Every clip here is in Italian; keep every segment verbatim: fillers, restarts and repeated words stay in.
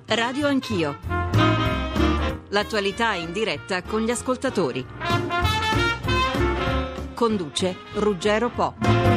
Radio Anch'io. L'attualità in diretta con gli ascoltatori. Conduce Ruggero Po.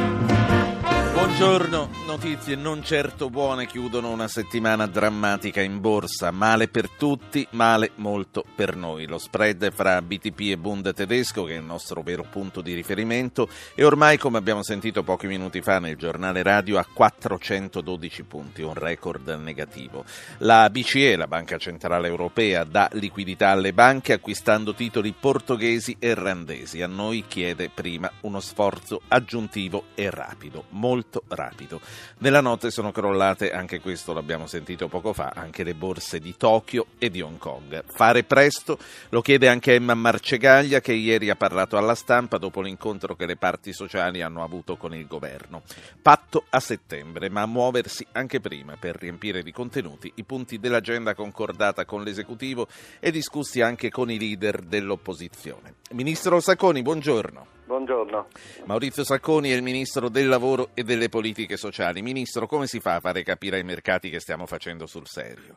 Buongiorno, notizie non certo buone chiudono una settimana drammatica in borsa, male per tutti, male molto per noi. Lo spread fra B T P e Bund tedesco, che è il nostro vero punto di riferimento, è ormai, come abbiamo sentito pochi minuti fa nel giornale radio, a quattrocentododici punti, un record negativo. La B C E, la Banca Centrale Europea, dà liquidità alle banche acquistando titoli portoghesi e irlandesi. A noi chiede prima uno sforzo aggiuntivo e rapido, molto rapido. Nella notte sono crollate, anche questo l'abbiamo sentito poco fa, anche le borse di Tokyo e di Hong Kong. Fare presto lo chiede anche Emma Marcegaglia, che ieri ha parlato alla stampa dopo l'incontro che le parti sociali hanno avuto con il governo. Patto a settembre, ma a muoversi anche prima per riempire di contenuti i punti dell'agenda concordata con l'esecutivo e discussi anche con i leader dell'opposizione. Ministro Sacconi, buongiorno. Buongiorno. Maurizio Sacconi è il Ministro del Lavoro e delle Politiche Sociali. Ministro, come si fa a fare capire ai mercati che stiamo facendo sul serio?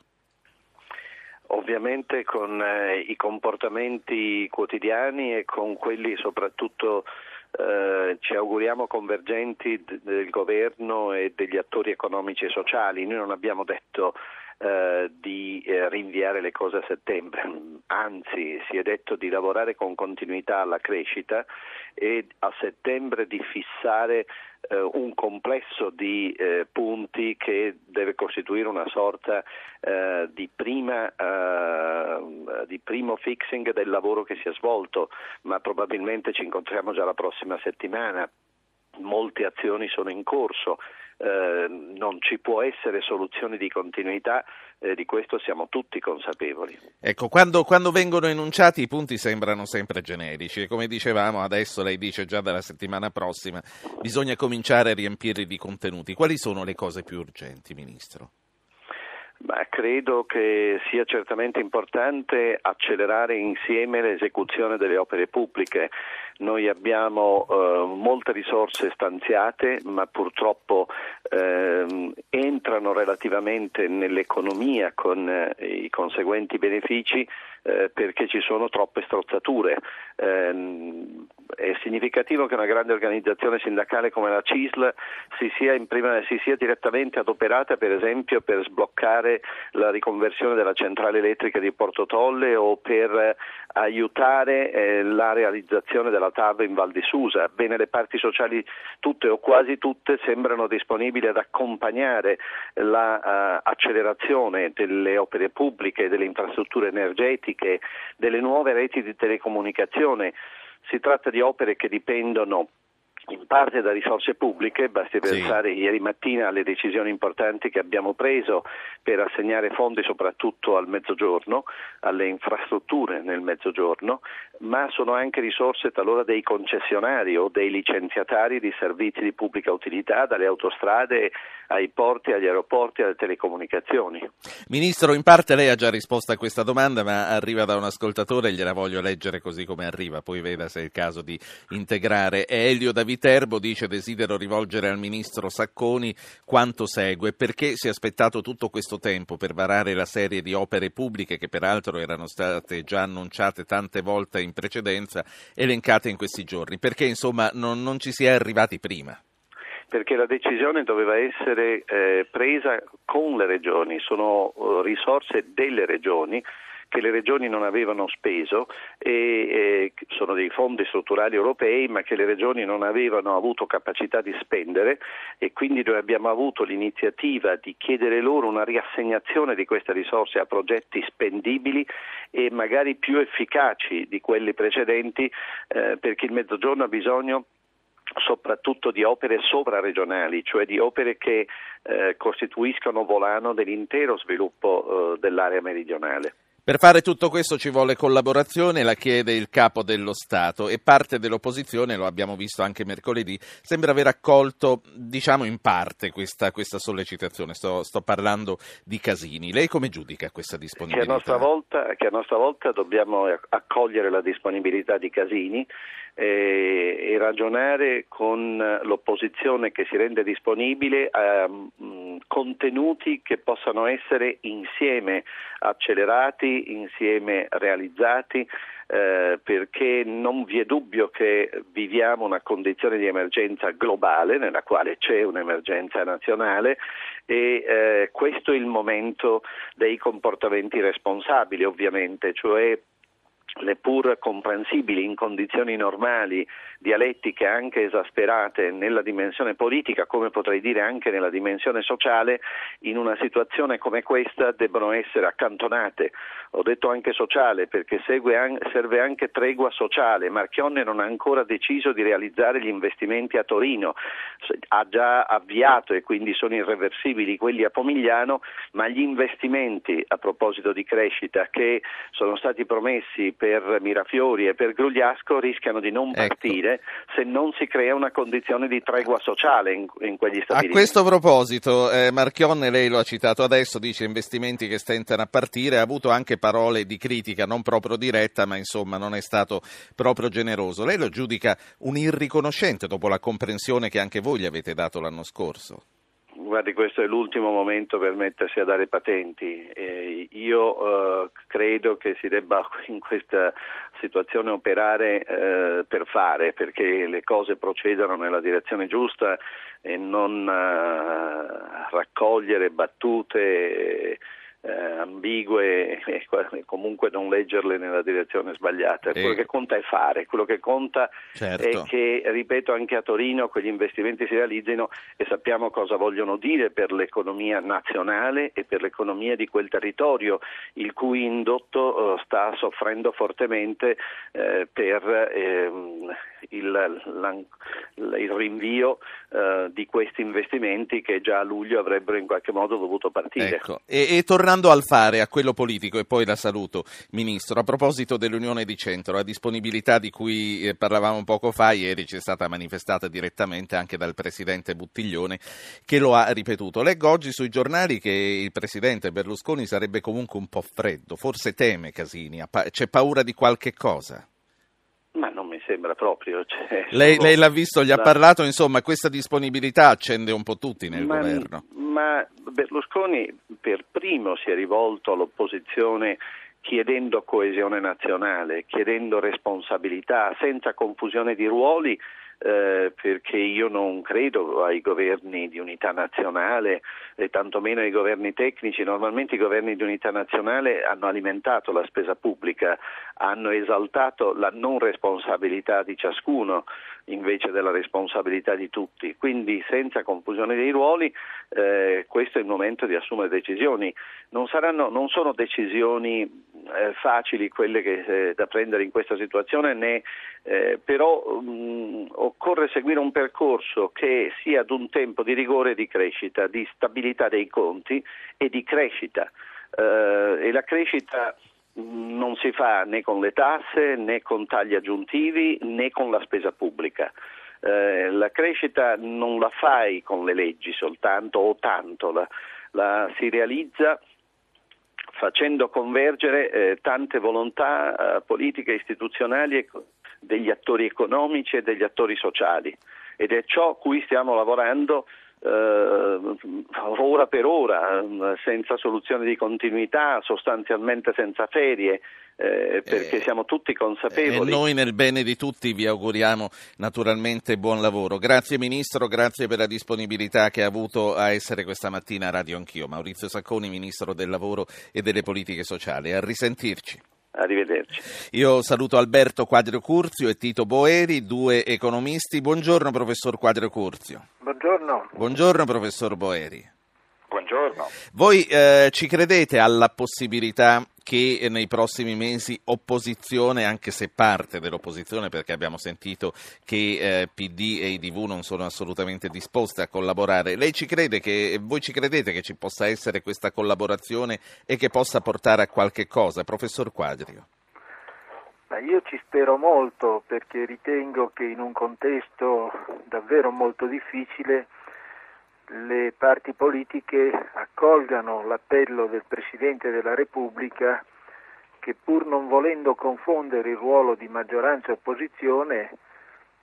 Ovviamente con eh, i comportamenti quotidiani e con quelli soprattutto eh, ci auguriamo convergenti d- del governo e degli attori economici e sociali. Noi non abbiamo detto eh, di eh, rinviare le cose a settembre, anzi si è detto di lavorare con continuità alla crescita e a settembre di fissare eh, un complesso di eh, punti che deve costituire una sorta eh, di prima eh, di primo fixing del lavoro che si è svolto, ma probabilmente ci incontriamo già la prossima settimana. Molte azioni sono in corso, eh, non ci può essere soluzioni di continuità, eh, di questo siamo tutti consapevoli. Ecco, quando, quando vengono enunciati i punti sembrano sempre generici e come dicevamo adesso lei dice già dalla settimana prossima bisogna cominciare a riempirli di contenuti. Quali sono le cose più urgenti, Ministro? Ma credo che sia certamente importante accelerare insieme l'esecuzione delle opere pubbliche. Noi abbiamo eh, molte risorse stanziate, ma purtroppo eh, entrano relativamente nell'economia con eh, i conseguenti benefici eh, perché ci sono troppe strozzature. Eh, è significativo che una grande organizzazione sindacale come la C I S L si sia, in prima, si sia direttamente adoperata, per esempio, per sbloccare la riconversione della centrale elettrica di Porto Tolle o per aiutare eh, la realizzazione della T A V in Val di Susa. Bene, le parti sociali tutte o quasi tutte sembrano disponibili ad accompagnare la uh, accelerazione delle opere pubbliche, delle infrastrutture energetiche, delle nuove reti di telecomunicazione. Si tratta di opere che dipendono in parte da risorse pubbliche, basti pensare sì. Ieri mattina alle decisioni importanti che abbiamo preso per assegnare fondi soprattutto al Mezzogiorno, alle infrastrutture nel Mezzogiorno, ma sono anche risorse talora dei concessionari o dei licenziatari di servizi di pubblica utilità, dalle autostrade ai porti, agli aeroporti, alle telecomunicazioni. Ministro, in parte lei ha già risposto a questa domanda, ma arriva da un ascoltatore e gliela voglio leggere così come arriva, poi veda se è il caso di integrare. È Elio da Viterbo, dice: desidero rivolgere al Ministro Sacconi quanto segue: perché si è aspettato tutto questo tempo per varare la serie di opere pubbliche che peraltro erano state già annunciate tante volte in precedenza, elencate in questi giorni? Perché insomma non, non ci si è arrivati prima? Perché la decisione doveva essere eh, presa con le regioni, sono uh, risorse delle regioni che le regioni non avevano speso e eh, sono dei fondi strutturali europei ma che le regioni non avevano avuto capacità di spendere e quindi noi abbiamo avuto l'iniziativa di chiedere loro una riassegnazione di queste risorse a progetti spendibili e magari più efficaci di quelli precedenti eh, perché il Mezzogiorno ha bisogno soprattutto di opere sovraregionali, cioè di opere che eh, costituiscono volano dell'intero sviluppo eh, dell'area meridionale. Per fare tutto questo ci vuole collaborazione, la chiede il Capo dello Stato, e parte dell'opposizione, lo abbiamo visto anche mercoledì, sembra aver accolto, diciamo in parte, questa, questa sollecitazione. Sto, sto parlando di Casini. Lei come giudica questa disponibilità? Che a nostra volta, che a nostra volta dobbiamo accogliere la disponibilità di Casini e, e ragionare con l'opposizione che si rende disponibile a mh, contenuti che possano essere insieme accelerati, insieme realizzati, eh, perché non vi è dubbio che viviamo una condizione di emergenza globale nella quale c'è un'emergenza nazionale e eh, questo è il momento dei comportamenti responsabili, ovviamente, cioè le pur comprensibili in condizioni normali dialettiche anche esasperate nella dimensione politica, come potrei dire anche nella dimensione sociale, in una situazione come questa debbono essere accantonate. Ho detto anche sociale perché segue an- serve anche tregua sociale. Marchionne non ha ancora deciso di realizzare gli investimenti a Torino, ha già avviato e quindi sono irreversibili quelli a Pomigliano, ma gli investimenti a proposito di crescita che sono stati promessi per Mirafiori e per Grugliasco rischiano di non partire, ecco, se non si crea una condizione di tregua sociale in, in quegli stabilimenti. A questo proposito, eh, Marchionne, lei lo ha citato adesso, dice investimenti che stentano a partire, ha avuto anche parole di critica, non proprio diretta, ma insomma non è stato proprio generoso. Lei lo giudica un irriconoscente dopo la comprensione che anche voi gli avete dato l'anno scorso? Guardi, questo è l'ultimo momento per mettersi a dare patenti. Eh, io eh, credo che si debba in questa situazione operare eh, per fare, perché le cose procedano nella direzione giusta e non eh, raccogliere battute eh, ambigue e comunque non leggerle nella direzione sbagliata. E... quello che conta è fare, quello che conta certo. è che, ripeto, anche a Torino quegli investimenti si realizzino e sappiamo cosa vogliono dire per l'economia nazionale e per l'economia di quel territorio, il cui indotto uh, sta soffrendo fortemente eh, per ehm, il, la, il rinvio uh, di questi investimenti che già a luglio avrebbero in qualche modo dovuto partire. Ecco. E, e tornando al fare, a quello politico, e poi la saluto, Ministro, a proposito dell'Unione di Centro, la disponibilità di cui eh, parlavamo poco fa, ieri ci è stata manifestata direttamente anche dal Presidente Buttiglione, che lo ha ripetuto. Leggo oggi sui giornali che il Presidente Berlusconi sarebbe comunque un po' freddo, forse teme Casini, c'è paura di qualche cosa? Ma non mi sembra proprio. Cioè, lei, lei l'ha visto, gli ha la... parlato, insomma, questa disponibilità accende un po' tutti nel ma, governo. Ma Berlusconi per primo si è rivolto all'opposizione chiedendo coesione nazionale, chiedendo responsabilità, senza confusione di ruoli, eh, perché io non credo ai governi di unità nazionale e tantomeno ai governi tecnici. Normalmente i governi di unità nazionale hanno alimentato la spesa pubblica, hanno esaltato la non responsabilità di ciascuno invece della responsabilità di tutti, quindi senza confusione dei ruoli eh, questo è il momento di assumere decisioni. Non saranno, non sono decisioni eh, facili quelle che, eh, da prendere in questa situazione, né, eh, però mh, occorre seguire un percorso che sia ad un tempo di rigore e di crescita, di stabilità dei conti e di crescita eh, e la crescita non si fa né con le tasse né con tagli aggiuntivi né con la spesa pubblica. Eh, la crescita non la fai con le leggi soltanto o tanto, la, la si realizza facendo convergere eh, tante volontà eh, politiche e istituzionali e degli attori economici e degli attori sociali, ed è ciò a cui stiamo lavorando Uh, ora per ora, senza soluzione di continuità, sostanzialmente senza ferie, eh, perché eh, siamo tutti consapevoli. E noi nel bene di tutti vi auguriamo naturalmente buon lavoro. Grazie Ministro, grazie per la disponibilità che ha avuto a essere questa mattina a Radio Anch'io. Maurizio Sacconi, Ministro del Lavoro e delle Politiche Sociali. A risentirci. Arrivederci. Io saluto Alberto Quadrio Curzio e Tito Boeri, due economisti. Buongiorno professor Quadrio Curzio. Buongiorno. Buongiorno professor Boeri. Buongiorno. Voi eh, ci credete alla possibilità che nei prossimi mesi opposizione, anche se parte dell'opposizione, perché abbiamo sentito che eh, P D e I D V non sono assolutamente disposte a collaborare, lei ci crede che, voi ci credete che ci possa essere questa collaborazione e che possa portare a qualche cosa? Professor Quadrio. Ma io ci spero molto, perché ritengo che in un contesto davvero molto difficile le parti politiche accolgano l'appello del Presidente della Repubblica, che pur non volendo confondere il ruolo di maggioranza e opposizione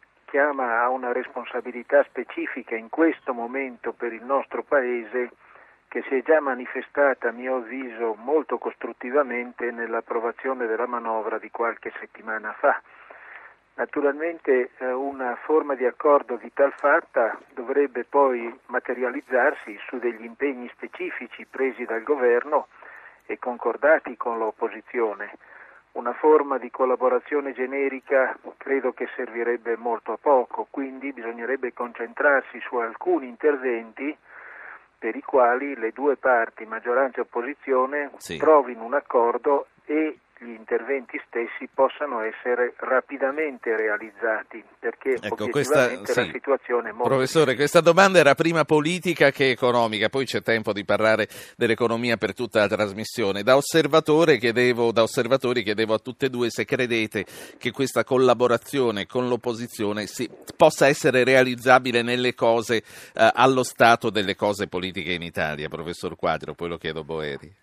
chiama a una responsabilità specifica in questo momento per il nostro Paese che si è già manifestata, a mio avviso, molto costruttivamente nell'approvazione della manovra di qualche settimana fa. Naturalmente eh, una forma di accordo di tal fatta dovrebbe poi materializzarsi su degli impegni specifici presi dal governo e concordati con l'opposizione. Una forma di collaborazione generica credo che servirebbe molto a poco, quindi bisognerebbe concentrarsi su alcuni interventi per i quali le due parti, maggioranza e opposizione, sì. trovino un accordo e gli interventi stessi possano essere rapidamente realizzati, perché ecco, obiettivamente questa, la sì. situazione è molto Professore, difficile. questa domanda era prima politica che economica, poi c'è tempo di parlare dell'economia per tutta la trasmissione. Da osservatore chiedevo, da osservatori chiedevo a tutte e due se credete che questa collaborazione con l'opposizione si, possa essere realizzabile nelle cose, eh, allo stato delle cose politiche in Italia. Professor Quadrio, poi lo chiedo a Boeri.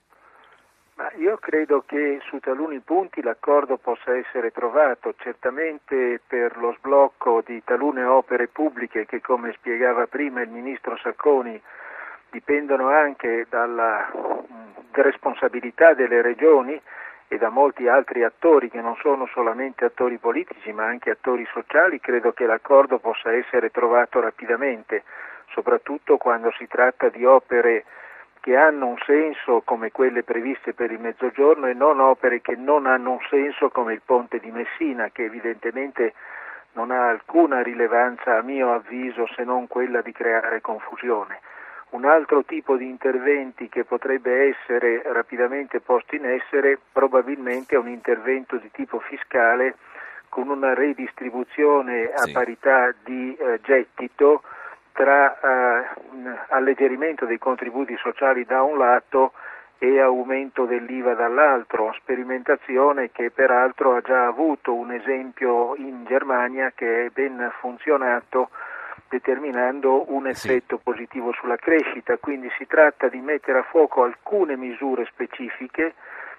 Ma io credo che su taluni punti l'accordo possa essere trovato, certamente per lo sblocco di talune opere pubbliche che, come spiegava prima il ministro Sacconi, dipendono anche dalla mh, responsabilità delle regioni e da molti altri attori che non sono solamente attori politici ma anche attori sociali. Credo che l'accordo possa essere trovato rapidamente, soprattutto quando si tratta di opere che hanno un senso come quelle previste per il Mezzogiorno e non opere che non hanno un senso come il ponte di Messina, che evidentemente non ha alcuna rilevanza a mio avviso se non quella di creare confusione. Un altro tipo di interventi che potrebbe essere rapidamente posto in essere probabilmente è un intervento di tipo fiscale con una redistribuzione sì. a parità di eh, gettito tra eh, alleggerimento dei contributi sociali da un lato e aumento dell'I V A dall'altro, sperimentazione che peraltro ha già avuto un esempio in Germania che è ben funzionato, determinando un effetto sì. positivo sulla crescita. Quindi si tratta di mettere a fuoco alcune misure specifiche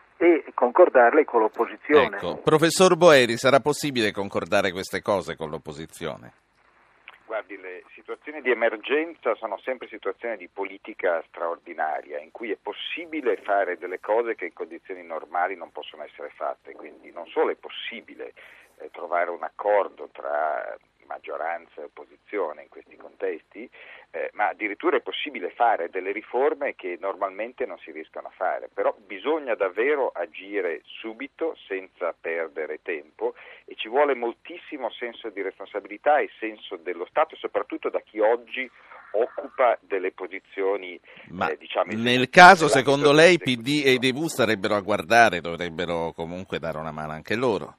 e concordarle con l'opposizione. Ecco, professor Boeri, sarà possibile concordare queste cose con l'opposizione? Guardi, le situazioni di emergenza sono sempre situazioni di politica straordinaria in cui è possibile fare delle cose che in condizioni normali non possono essere fatte, quindi non solo è possibile eh, trovare un accordo tra maggioranza e opposizione in questi contesti, eh, ma addirittura è possibile fare delle riforme che normalmente non si riescono a fare, però bisogna davvero agire subito senza perdere tempo e ci vuole moltissimo senso di responsabilità e senso dello Stato, soprattutto da chi oggi occupa delle posizioni. Ma eh, diciamo, nel caso secondo lei P D ed E V starebbero a guardare, dovrebbero comunque dare una mano anche loro?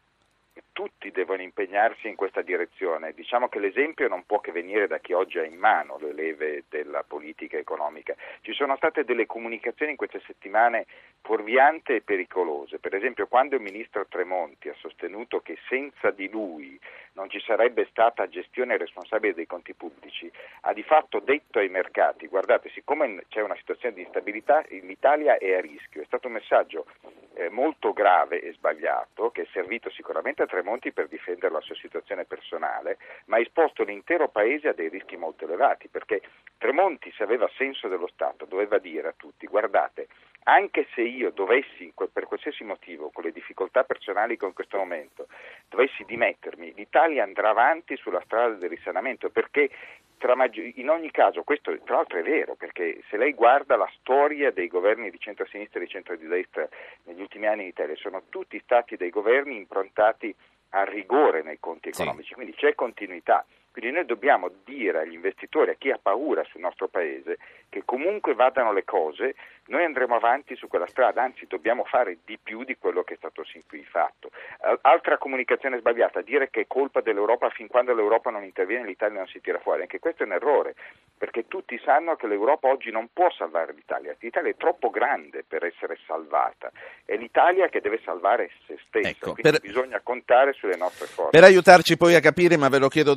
Tutti devono impegnarsi in questa direzione. Diciamo che l'esempio non può che venire da chi oggi ha in mano le leve della politica economica. Ci sono state delle comunicazioni in queste settimane fuorvianti e pericolose. Per esempio, quando il ministro Tremonti ha sostenuto che senza di lui non ci sarebbe stata gestione responsabile dei conti pubblici, ha di fatto detto ai mercati: guardate, siccome c'è una situazione di instabilità, l'Italia è a rischio. È stato un messaggio eh, molto grave e sbagliato, che è servito sicuramente a Tremonti per difendere la sua situazione personale, ma ha esposto l'intero paese a dei rischi molto elevati, perché Tremonti, se aveva senso dello Stato, doveva dire a tutti: guardate, anche se io dovessi, per qualsiasi motivo, con le difficoltà personali che ho in questo momento, dovessi dimettermi, l'Italia andrà avanti sulla strada del risanamento, perché tra maggi- in ogni caso, questo tra l'altro è vero, perché se lei guarda la storia dei governi di centro-sinistra e di centro-destra negli ultimi anni in Italia, sono tutti stati dei governi improntati a rigore nei conti economici, sì. Quindi c'è continuità. Quindi noi dobbiamo dire agli investitori, a chi ha paura sul nostro paese, che comunque vadano le cose, noi andremo avanti su quella strada, anzi dobbiamo fare di più di quello che è stato sin qui fatto. Altra comunicazione sbagliata, dire che è colpa dell'Europa, fin quando l'Europa non interviene l'Italia non si tira fuori, anche questo è un errore, perché tutti sanno che l'Europa oggi non può salvare l'Italia, l'Italia è troppo grande per essere salvata, è l'Italia che deve salvare se stessa, ecco, quindi per... bisogna contare sulle nostre forze. Per aiutarci poi a capire, ma ve lo chiedo dopo perché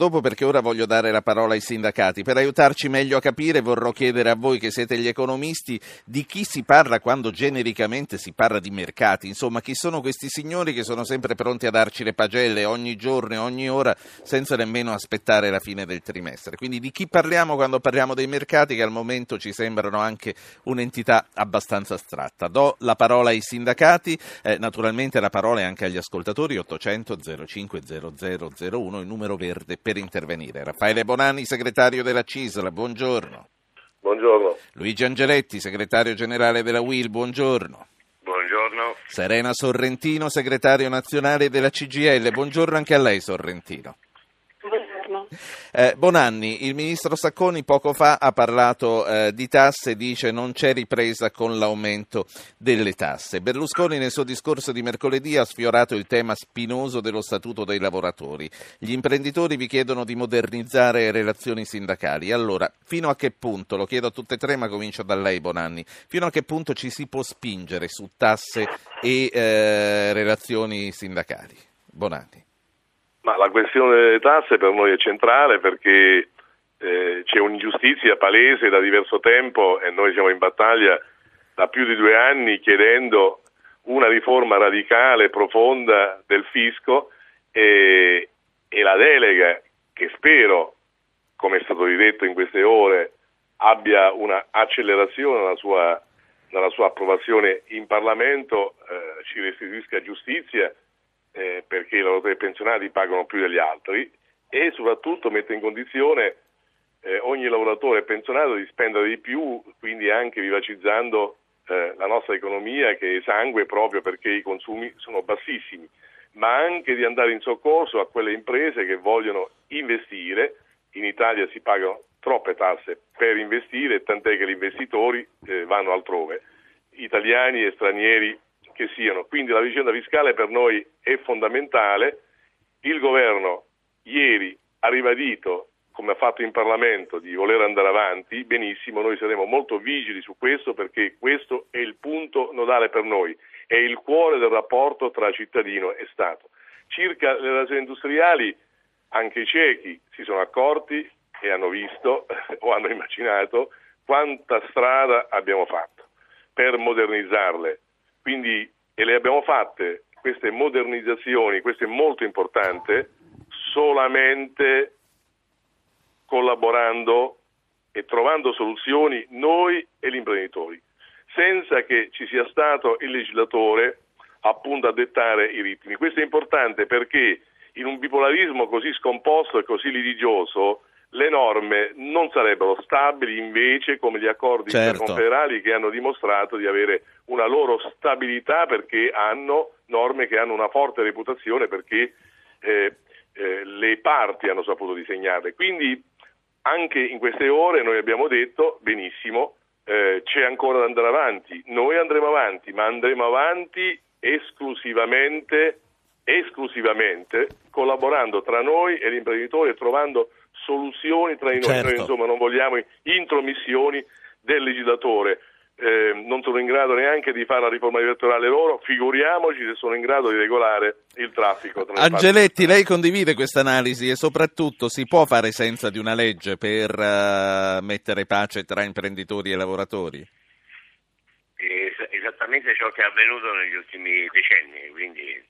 perché ora voglio dare la parola ai sindacati. Per aiutarci meglio a capire vorrò chiedere a voi che siete gli economisti di chi si parla quando genericamente si parla di mercati. Insomma, chi sono questi signori che sono sempre pronti a darci le pagelle ogni giorno e ogni ora senza nemmeno aspettare la fine del trimestre. Quindi di chi parliamo quando parliamo dei mercati, che al momento ci sembrano anche un'entità abbastanza astratta. Do la parola ai sindacati, eh, naturalmente la parola è anche agli ascoltatori. Ottocento zero cinque zero zero zero uno, il numero verde per intervenire. Raffaele Bonanni, segretario della C I S L, buongiorno. Buongiorno. Luigi Angeletti, segretario generale della U I L, buongiorno. Buongiorno. Serena Sorrentino, segretario nazionale della C G I L, buongiorno anche a lei, Sorrentino. Buongiorno. Eh, Bonanni, il ministro Sacconi poco fa ha parlato eh, di tasse, dice non c'è ripresa con l'aumento delle tasse. Berlusconi nel suo discorso di mercoledì ha sfiorato il tema spinoso dello statuto dei lavoratori. Gli imprenditori vi chiedono di modernizzare relazioni sindacali. Allora, fino a che punto, lo chiedo a tutte e tre ma comincio da lei Bonanni, fino a che punto ci si può spingere su tasse e eh, relazioni sindacali? Bonanni. Ma la questione delle tasse per noi è centrale perché eh, c'è un'ingiustizia palese da diverso tempo e noi siamo in battaglia da più di due anni chiedendo una riforma radicale, profonda del fisco e, e la delega che spero, come è stato ridetto in queste ore, abbia una accelerazione nella sua, nella sua approvazione in Parlamento, eh, ci restituisca giustizia. Eh, perché i lavoratori pensionati pagano più degli altri e soprattutto mette in condizione eh, ogni lavoratore pensionato di spendere di più, quindi anche vivacizzando eh, la nostra economia che esangue proprio perché i consumi sono bassissimi, ma anche di andare in soccorso a quelle imprese che vogliono investire. In Italia si pagano troppe tasse per investire, tant'è che gli investitori eh, vanno altrove, italiani e stranieri che siano. Quindi la vicenda fiscale per noi è fondamentale. Il governo ieri ha ribadito, come ha fatto in Parlamento, di voler andare avanti. Benissimo, noi saremo molto vigili su questo perché questo è il punto nodale per noi, è il cuore del rapporto tra cittadino e Stato. Circa le relazioni industriali, anche i ciechi si sono accorti e hanno visto o hanno immaginato quanta strada abbiamo fatto per modernizzarle. Quindi, e le abbiamo fatte, queste modernizzazioni, questo è molto importante, solamente collaborando e trovando soluzioni noi e gli imprenditori, senza che ci sia stato il legislatore appunto a dettare i ritmi. Questo è importante perché in un bipolarismo così scomposto e così litigioso le norme non sarebbero stabili invece come gli accordi certo. interconfederali che hanno dimostrato di avere una loro stabilità perché hanno norme che hanno una forte reputazione perché eh, eh, le parti hanno saputo disegnarle. Quindi anche in queste ore noi abbiamo detto benissimo, eh, c'è ancora da andare avanti, noi andremo avanti, ma andremo avanti esclusivamente, esclusivamente collaborando tra noi e gli imprenditori e trovando soluzioni tra di noi. Certo. Noi insomma non vogliamo intromissioni del legislatore. Eh, non sono in grado neanche di fare la riforma elettorale loro, figuriamoci se sono in grado di regolare il traffico. Tra Angeletti, lei condivide questa analisi e soprattutto si può fare senza di una legge per uh, mettere pace tra imprenditori e lavoratori? Es- esattamente ciò che è avvenuto negli ultimi decenni, quindi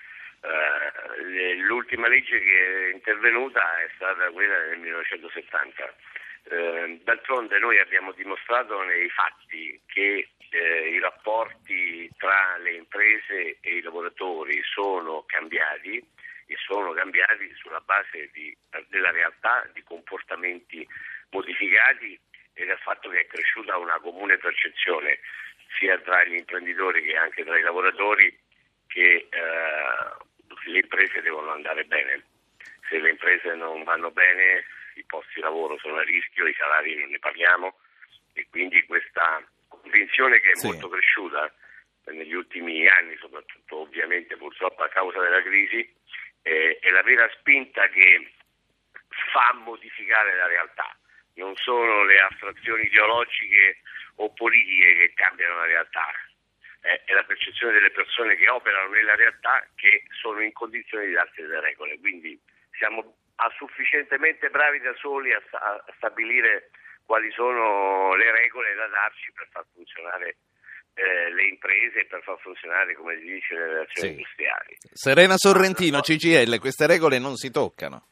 uh, l'ultima legge che è intervenuta è stata quella del millenovecentosettanta. Eh, d'altronde noi abbiamo dimostrato nei fatti che eh, i rapporti tra le imprese e i lavoratori sono cambiati e sono cambiati sulla base di, della realtà, di comportamenti modificati e del fatto che è cresciuta una comune percezione sia tra gli imprenditori che anche tra i lavoratori che eh, le imprese devono andare bene. Se le imprese non vanno bene i posti di lavoro sono a rischio, i salari non ne parliamo e quindi questa convinzione che è sì. molto cresciuta negli ultimi anni, soprattutto ovviamente purtroppo a causa della crisi, eh, è la vera spinta che fa modificare la realtà. Non sono le astrazioni ideologiche o politiche che cambiano la realtà, eh, è la percezione delle persone che operano nella realtà che sono in condizione di darsi delle regole. Quindi siamo a sufficientemente bravi da soli a, a stabilire quali sono le regole da darci per far funzionare eh, le imprese e per far funzionare, come si dice, le relazioni sì. industriali. Serena Sorrentino, C G I L, queste regole non si toccano.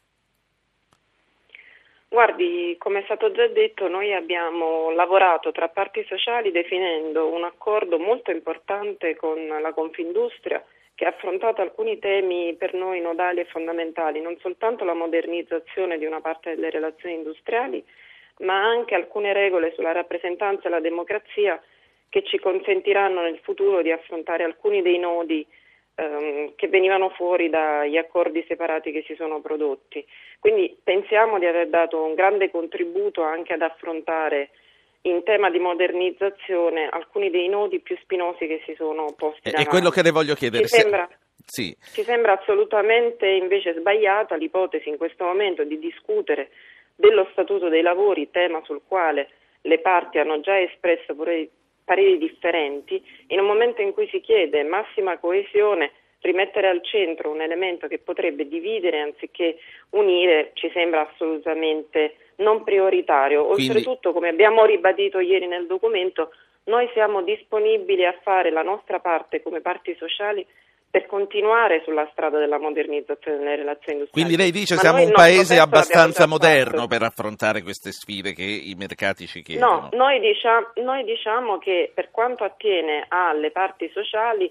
Guardi, come è stato già detto, noi abbiamo lavorato tra parti sociali definendo un accordo molto importante con la Confindustria che ha affrontato alcuni temi per noi nodali e fondamentali, non soltanto la modernizzazione di una parte delle relazioni industriali, ma anche alcune regole sulla rappresentanza e la democrazia che ci consentiranno nel futuro di affrontare alcuni dei nodi ehm, che venivano fuori dagli accordi separati che si sono prodotti. Quindi pensiamo di aver dato un grande contributo anche ad affrontare in tema di modernizzazione alcuni dei nodi più spinosi che si sono posti davanti. E quello che le voglio chiedere... Ci sembra, sì. ci sembra assolutamente invece sbagliata l'ipotesi in questo momento di discutere dello Statuto dei lavori, tema sul quale le parti hanno già espresso pure pareri differenti, in un momento in cui si chiede massima coesione. Rimettere al centro un elemento che potrebbe dividere anziché unire ci sembra assolutamente non prioritario. Oltretutto, Quindi... come abbiamo ribadito ieri nel documento, noi siamo disponibili a fare la nostra parte come parti sociali per continuare sulla strada della modernizzazione delle relazioni industriali. Quindi lei dice Ma siamo un paese abbastanza moderno fatto. per affrontare queste sfide che i mercati ci chiedono. No, noi diciamo, noi diciamo che per quanto attiene alle parti sociali,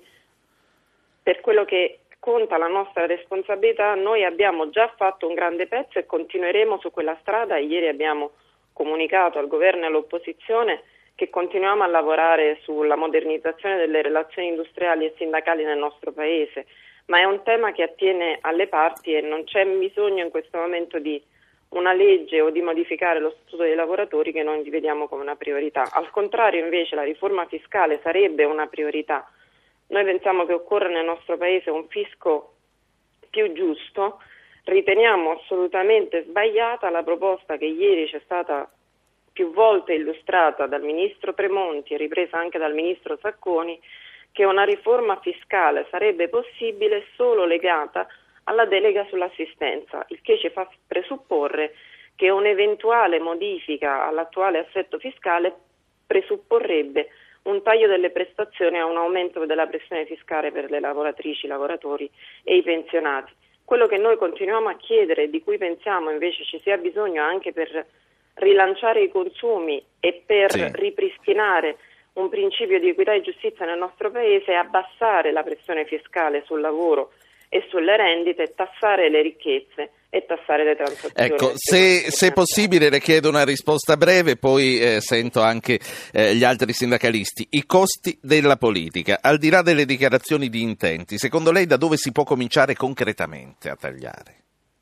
per quello che conta la nostra responsabilità, noi abbiamo già fatto un grande pezzo e continueremo su quella strada. Ieri abbiamo comunicato al governo e all'opposizione che continuiamo a lavorare sulla modernizzazione delle relazioni industriali e sindacali nel nostro paese, ma è un tema che attiene alle parti e non c'è bisogno in questo momento di una legge o di modificare lo Statuto dei lavoratori, che noi vediamo come una priorità. Al contrario, invece, la riforma fiscale sarebbe una priorità. Noi pensiamo che occorra nel nostro paese un fisco più giusto. Riteniamo assolutamente sbagliata la proposta che ieri c'è stata più volte illustrata dal ministro Tremonti e ripresa anche dal ministro Sacconi, che una riforma fiscale sarebbe possibile solo legata alla delega sull'assistenza, il che ci fa presupporre che un'eventuale modifica all'attuale assetto fiscale presupporrebbe un taglio delle prestazioni e un aumento della pressione fiscale per le lavoratrici, i lavoratori e i pensionati. Quello che noi continuiamo a chiedere e di cui pensiamo invece ci sia bisogno anche per rilanciare i consumi e per sì. ripristinare un principio di equità e giustizia nel nostro paese è abbassare la pressione fiscale sul lavoro e sulle rendite, tassare le ricchezze e tassare le transazioni. Ecco, se, se possibile le chiedo una risposta breve, poi eh, sento anche eh, gli altri sindacalisti. I costi della politica, al di là delle dichiarazioni di intenti, secondo lei da dove si può cominciare concretamente a tagliare?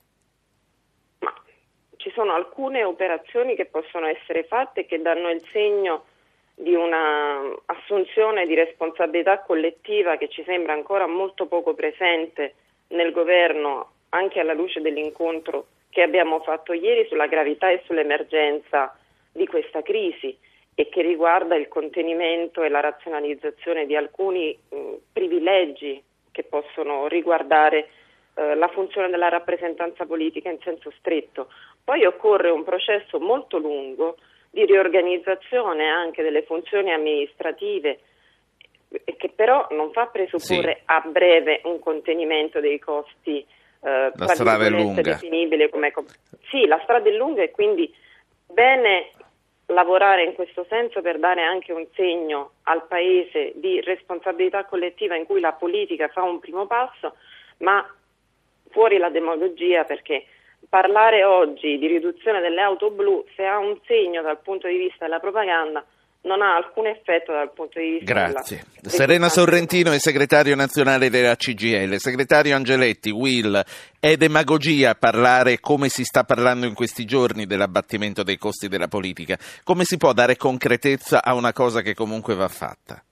Ma ci sono alcune operazioni che possono essere fatte e che danno il segno di una assunzione di responsabilità collettiva che ci sembra ancora molto poco presente nel governo, anche alla luce dell'incontro che abbiamo fatto ieri sulla gravità e sull'emergenza di questa crisi e che riguarda il contenimento e la razionalizzazione di alcuni mh, privilegi che possono riguardare eh, la funzione della rappresentanza politica in senso stretto. Poi occorre un processo molto lungo di riorganizzazione anche delle funzioni amministrative, che però non fa presupporre sì. a breve un contenimento dei costi eh, la strada è lunga. Definibile come sì, la strada è lunga e quindi bene lavorare in questo senso per dare anche un segno al Paese di responsabilità collettiva in cui la politica fa un primo passo, ma fuori la demagogia, perché parlare oggi di riduzione delle auto blu, se ha un segno dal punto di vista della propaganda, non ha alcun effetto dal punto di vista Grazie. della... Grazie. Serena Sorrentino è segretario nazionale della C G I L. Segretario Angeletti, Will, è demagogia parlare come si sta parlando in questi giorni dell'abbattimento dei costi della politica? Come si può dare concretezza a una cosa che comunque va fatta?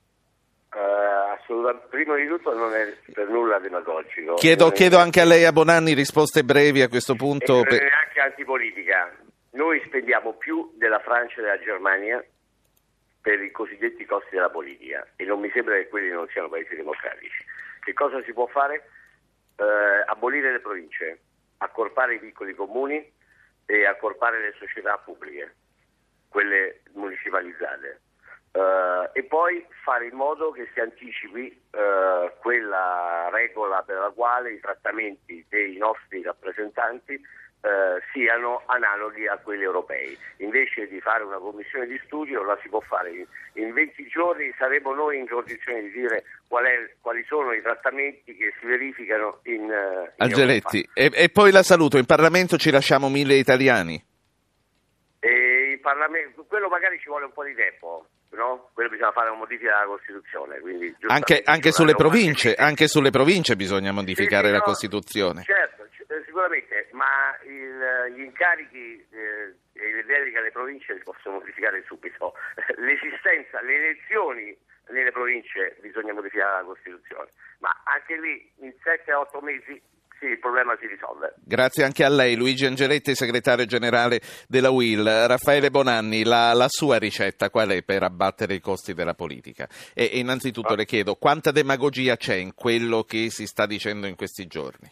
Prima di tutto non è per nulla demagogico. Chiedo, chiedo anche a lei, a Bonanni, risposte brevi a questo punto. E non è neanche antipolitica. Noi spendiamo più della Francia e della Germania per i cosiddetti costi della politica e non mi sembra che quelli non siano paesi democratici. Che cosa si può fare? Eh, abolire le province, accorpare i piccoli comuni e accorpare le società pubbliche, quelle municipalizzate. Uh, e poi fare in modo che si anticipi uh, quella regola per la quale i trattamenti dei nostri rappresentanti uh, siano analoghi a quelli europei. Invece di fare una commissione di studio la si può fare in, in venti giorni, saremo noi in condizione di dire qual è, quali sono i trattamenti che si verificano in, uh, in Angeletti, e, e poi la saluto, in Parlamento ci lasciamo mille italiani? E in Parlamento, quello magari ci vuole un po' di tempo. No? Quello bisogna fare una modifica della Costituzione, quindi anche, anche sulle province, anche sulle province bisogna modificare sì, sì, la no, Costituzione. Certo, sicuramente, ma il, gli incarichi eh, e le deleghe alle province si possono modificare subito. L'esistenza, le elezioni nelle province bisogna modificare la Costituzione, ma anche lì in sette a otto mesi sì, il problema si risolve. Grazie anche a lei, Luigi Angeletti, segretario generale della U I L. Raffaele Bonanni, la, la sua ricetta qual è per abbattere i costi della politica? E, e innanzitutto ah. le chiedo, quanta demagogia c'è in quello che si sta dicendo in questi giorni?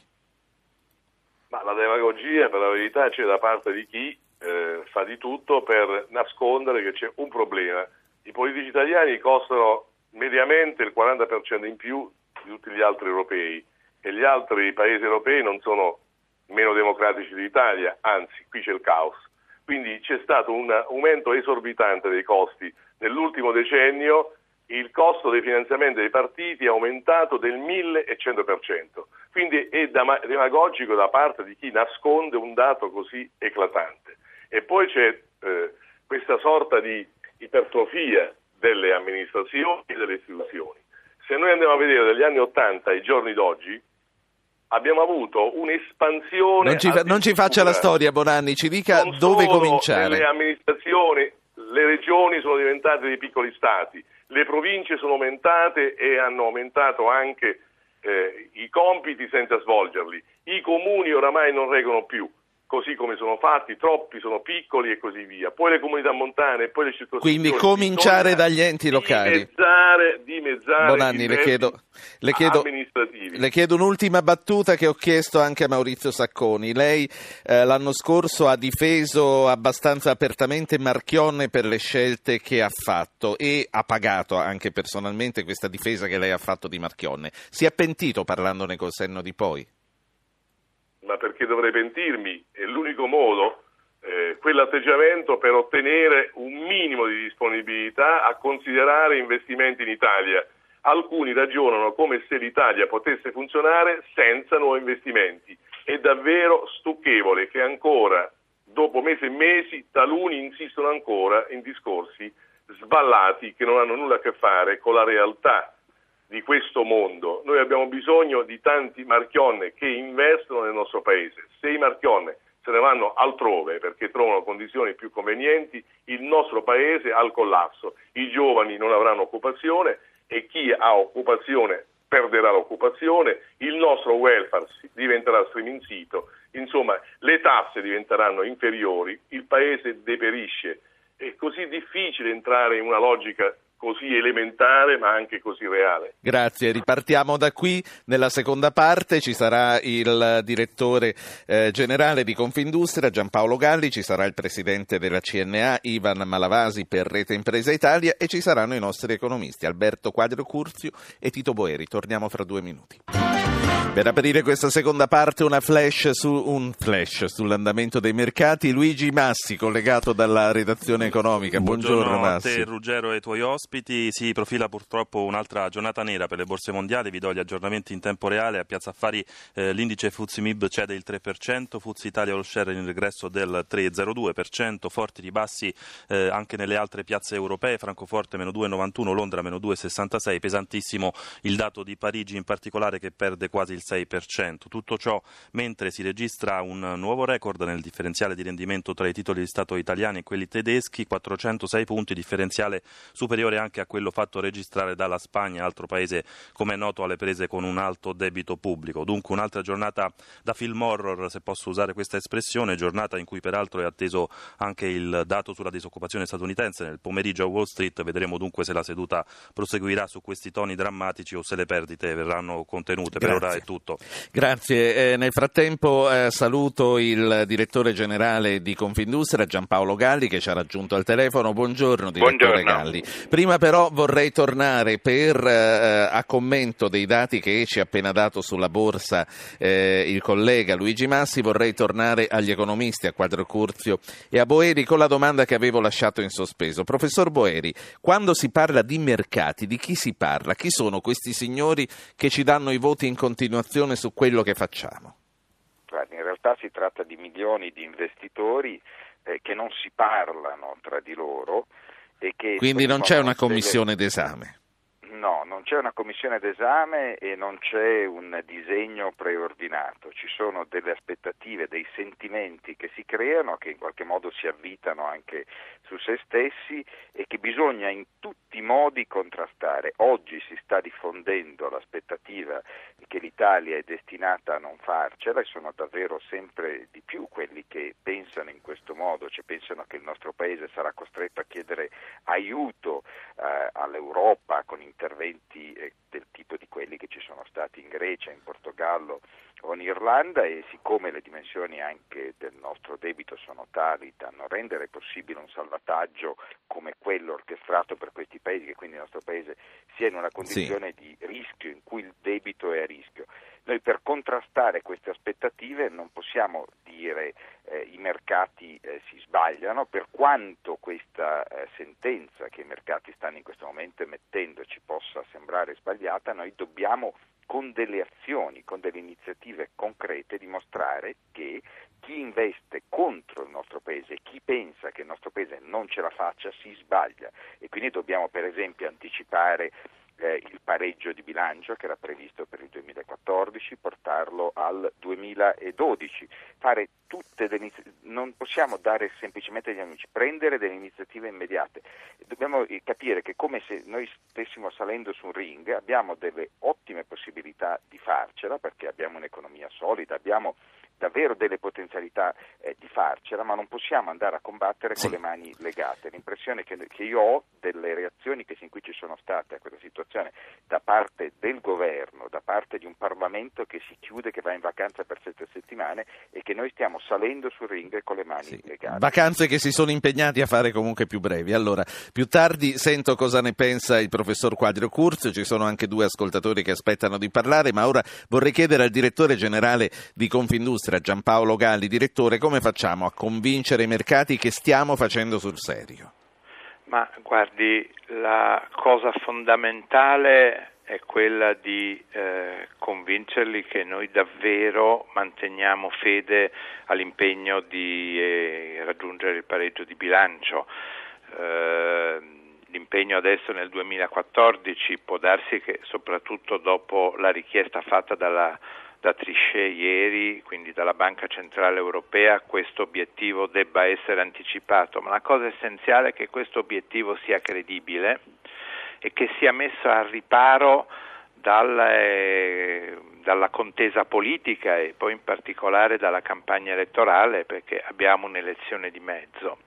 Ma la demagogia, per la verità, c'è da parte di chi eh, fa di tutto per nascondere che c'è un problema. I politici italiani costano mediamente il quaranta per cento in più di tutti gli altri europei. E gli altri paesi europei non sono meno democratici dell'Italia, anzi, qui c'è il caos. Quindi c'è stato un aumento esorbitante dei costi. Nell'ultimo decennio il costo dei finanziamenti dei partiti è aumentato del millecento per cento. Quindi è demagogico da parte di chi nasconde un dato così eclatante. E poi c'è eh, questa sorta di ipertrofia delle amministrazioni e delle istituzioni. Se noi andiamo a vedere dagli anni Ottanta ai giorni d'oggi, abbiamo avuto un'espansione. Non ci, fa, non ci faccia la storia, Bonanni, ci dica dove cominciare. Le amministrazioni, le regioni sono diventate dei piccoli stati, le province sono aumentate e hanno aumentato anche eh, i compiti senza svolgerli. I comuni oramai non reggono più, così come sono fatti, troppi sono piccoli e così via. Poi le comunità montane, poi le circoscrizioni. Quindi cominciare dagli enti locali. Dimezzare, dimezzare Bonanni, le chiedo, le, chiedo, le chiedo un'ultima battuta che ho chiesto anche a Maurizio Sacconi. Lei eh, l'anno scorso ha difeso abbastanza apertamente Marchionne per le scelte che ha fatto e ha pagato anche personalmente questa difesa che lei ha fatto di Marchionne. Si è pentito parlandone col senno di poi? Ma perché dovrei pentirmi? È l'unico modo, eh, quell'atteggiamento per ottenere un minimo di disponibilità a considerare investimenti in Italia. Alcuni ragionano come se l'Italia potesse funzionare senza nuovi investimenti. È davvero stucchevole che ancora, dopo mesi e mesi, taluni insistono ancora in discorsi sballati che non hanno nulla a che fare con la realtà di questo mondo. Noi abbiamo bisogno di tanti Marchionne che investono nel nostro paese. Se i Marchionne se ne vanno altrove perché trovano condizioni più convenienti, il nostro paese ha il collasso. I giovani non avranno occupazione e chi ha occupazione perderà l'occupazione, il nostro welfare diventerà striminzito, insomma le tasse diventeranno inferiori, il paese deperisce. È così difficile entrare in una logica così elementare ma anche così reale. Grazie, ripartiamo da qui. Nella seconda parte ci sarà il direttore eh, generale di Confindustria Giampaolo Galli, ci sarà il presidente della C N A Ivan Malavasi per Rete Impresa Italia e ci saranno i nostri economisti Alberto Quadrio Curzio e Tito Boeri. Torniamo fra due minuti. Per aprire questa seconda parte una flash su, un flash sull'andamento dei mercati. Luigi Massi, collegato dalla redazione economica. Buongiorno, Buongiorno Massi. a te, Ruggero, e ai tuoi ospiti. Si profila purtroppo un'altra giornata nera per le borse mondiali. Vi do gli aggiornamenti in tempo reale. A Piazza Affari eh, l'indice F T S E M I B cede il tre per cento, F T S E Italia All Share in regresso del tre virgola zero due per cento, forti ribassi eh, anche nelle altre piazze europee. Francoforte meno due virgola novantuno, Londra meno due virgola sessantasei, pesantissimo il dato di Parigi in particolare che perde quasi il sei per cento. Tutto ciò mentre si registra un nuovo record nel differenziale di rendimento tra i titoli di Stato italiani e quelli tedeschi, quattrocentosei punti, differenziale superiore anche a quello fatto registrare dalla Spagna, altro paese come è noto alle prese con un alto debito pubblico. Dunque un'altra giornata da film horror, se posso usare questa espressione, giornata in cui peraltro è atteso anche il dato sulla disoccupazione statunitense nel pomeriggio a Wall Street. Vedremo dunque se la seduta proseguirà su questi toni drammatici o se le perdite verranno contenute. Per ora è tutto. Grazie. Eh, nel frattempo eh, saluto il direttore generale di Confindustria, Giampaolo Galli, che ci ha raggiunto al telefono. Buongiorno, direttore Buongiorno. Galli. Prima però vorrei tornare per eh, a commento dei dati che ci ha appena dato sulla borsa eh, il collega Luigi Massi, vorrei tornare agli economisti, a Quadrio Curzio e a Boeri, con la domanda che avevo lasciato in sospeso. Professor Boeri, quando si parla di mercati, di chi si parla? Chi sono questi signori che ci danno i voti in continuazione su quello che facciamo? In realtà si tratta di milioni di investitori eh, che non si parlano tra di loro e che quindi non c'è una commissione delle... d'esame? No, non c'è una commissione d'esame e non c'è un disegno preordinato, ci sono delle aspettative, dei sentimenti che si creano, che in qualche modo si avvitano anche su se stessi e che bisogna in tutti i modi contrastare. Oggi si sta diffondendo l'aspettativa che l'Italia è destinata a non farcela e sono davvero sempre di più quelli che pensano in questo modo, cioè pensano che il nostro Paese sarà costretto a chiedere aiuto eh, all'Europa con interventi eh, del tipo di quelli che ci sono stati in Grecia, in Portogallo o in Irlanda, e siccome le dimensioni anche del nostro debito sono tali da non rendere possibile un salvataggio come quello orchestrato per questi paesi, che quindi il nostro Paese sia in una condizione sì. di rischio in cui il debito è a rischio. Noi per contrastare queste aspettative non possiamo dire eh, i mercati eh, si sbagliano, per quanto questa eh, sentenza che i mercati stanno in questo momento emettendo ci possa sembrare sbagliata, noi dobbiamo con delle azioni, con delle iniziative concrete dimostrare che chi investe contro il nostro Paese, chi pensa che il nostro Paese non ce la faccia, si sbaglia, e quindi dobbiamo per esempio anticipare Eh, il pareggio di bilancio che era previsto per il duemilaquattordici, portarlo al duemiladodici, fare tutte delle non possiamo dare semplicemente agli amici, prendere delle iniziative immediate. Dobbiamo capire che come se noi stessimo salendo su un ring, abbiamo delle ottime possibilità di farcela perché abbiamo un'economia solida, abbiamo davvero delle potenzialità eh, di farcela, ma non possiamo andare a combattere sì. con le mani legate. L'impressione che, che io ho delle reazioni che sin qui ci sono state a questa situazione da parte del governo, da parte di un Parlamento che si chiude, che va in vacanza per sette settimane, e che noi stiamo salendo sul ring con le mani sì. legate. Vacanze che si sono impegnati a fare comunque più brevi. Allora, più tardi sento cosa ne pensa il professor Quadrio Curzio, ci sono anche due ascoltatori che aspettano di parlare, ma ora vorrei chiedere al direttore generale di Confindustria, Giampaolo Galli. Direttore, come facciamo a convincere i mercati che stiamo facendo sul serio? Ma guardi, la cosa fondamentale è quella di eh, convincerli che noi davvero manteniamo fede all'impegno di eh, raggiungere il pareggio di bilancio. Eh, l'impegno adesso nel duemilaquattordici può darsi che soprattutto dopo la richiesta fatta dalla da Trichet ieri, quindi dalla Banca Centrale Europea, questo obiettivo debba essere anticipato, ma la cosa essenziale è che questo obiettivo sia credibile e che sia messo al riparo dalla, eh, dalla contesa politica e poi in particolare dalla campagna elettorale, perché abbiamo un'elezione di mezzo.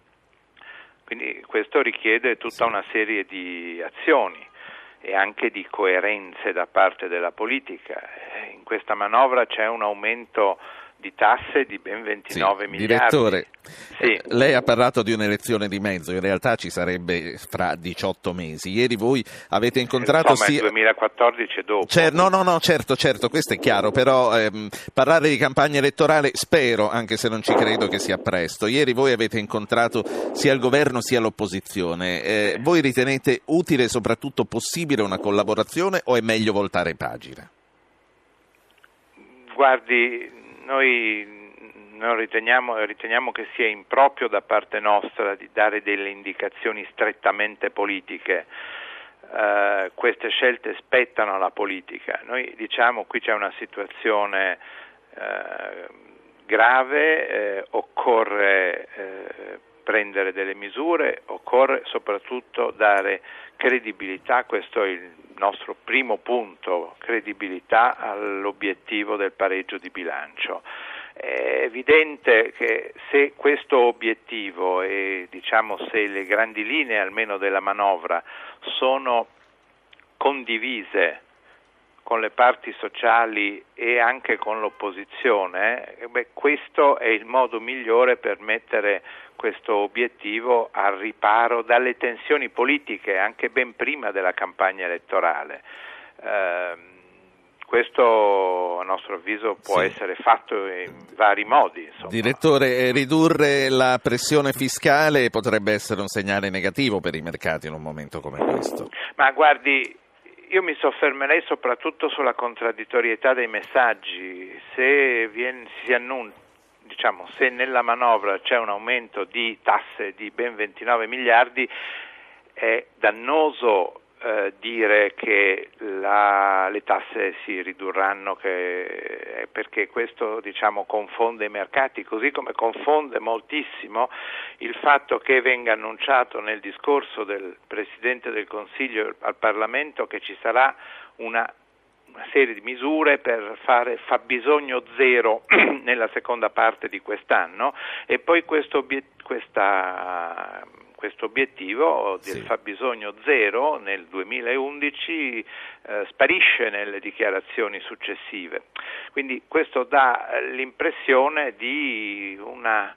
Quindi questo richiede tutta una serie di azioni e anche di coerenze da parte della politica. In questa manovra c'è un aumento di tasse di ben ventinove sì, miliardi. Direttore, sì. eh, lei ha parlato di un'elezione di mezzo, in realtà ci sarebbe fra diciotto mesi. Ieri voi avete incontrato... Insomma, sia... il duemilaquattordici e dopo. Cer- no, no, no, certo, certo, questo è chiaro, però ehm, parlare di campagna elettorale spero, anche se non ci credo che sia presto. Ieri voi avete incontrato sia il governo sia l'opposizione. Eh, sì. Voi ritenete utile e soprattutto possibile una collaborazione o è meglio voltare pagina? Guardi, noi, noi riteniamo, riteniamo che sia improprio da parte nostra di dare delle indicazioni strettamente politiche. Uh, queste scelte spettano alla politica. Noi diciamo qui c'è una situazione uh, grave, eh, occorre eh, prendere delle misure, occorre soprattutto dare credibilità, questo è il nostro primo punto, credibilità all'obiettivo del pareggio di bilancio. È evidente che se questo obiettivo e diciamo se le grandi linee almeno della manovra sono condivise con le parti sociali e anche con l'opposizione, eh, beh, questo è il modo migliore per mettere questo obiettivo al riparo dalle tensioni politiche anche ben prima della campagna elettorale. Eh, questo a nostro avviso può sì. essere fatto in vari modi. Insomma. Direttore, ridurre la pressione fiscale potrebbe essere un segnale negativo per i mercati in un momento come questo. Ma guardi, io mi soffermerei soprattutto sulla contraddittorietà dei messaggi. Se viene, si annuncia, diciamo, se nella manovra c'è un aumento di tasse di ben ventinove miliardi, è dannoso eh, dire che la, le tasse si ridurranno, che, perché questo, diciamo, confonde i mercati, così come confonde moltissimo il fatto che venga annunciato nel discorso del Presidente del Consiglio al Parlamento che ci sarà una una serie di misure per fare fabbisogno zero nella seconda parte di quest'anno, e poi questo obiet- questa, questo obiettivo del sì. fabbisogno zero nel duemilaundici eh, sparisce nelle dichiarazioni successive. Quindi questo dà l'impressione di una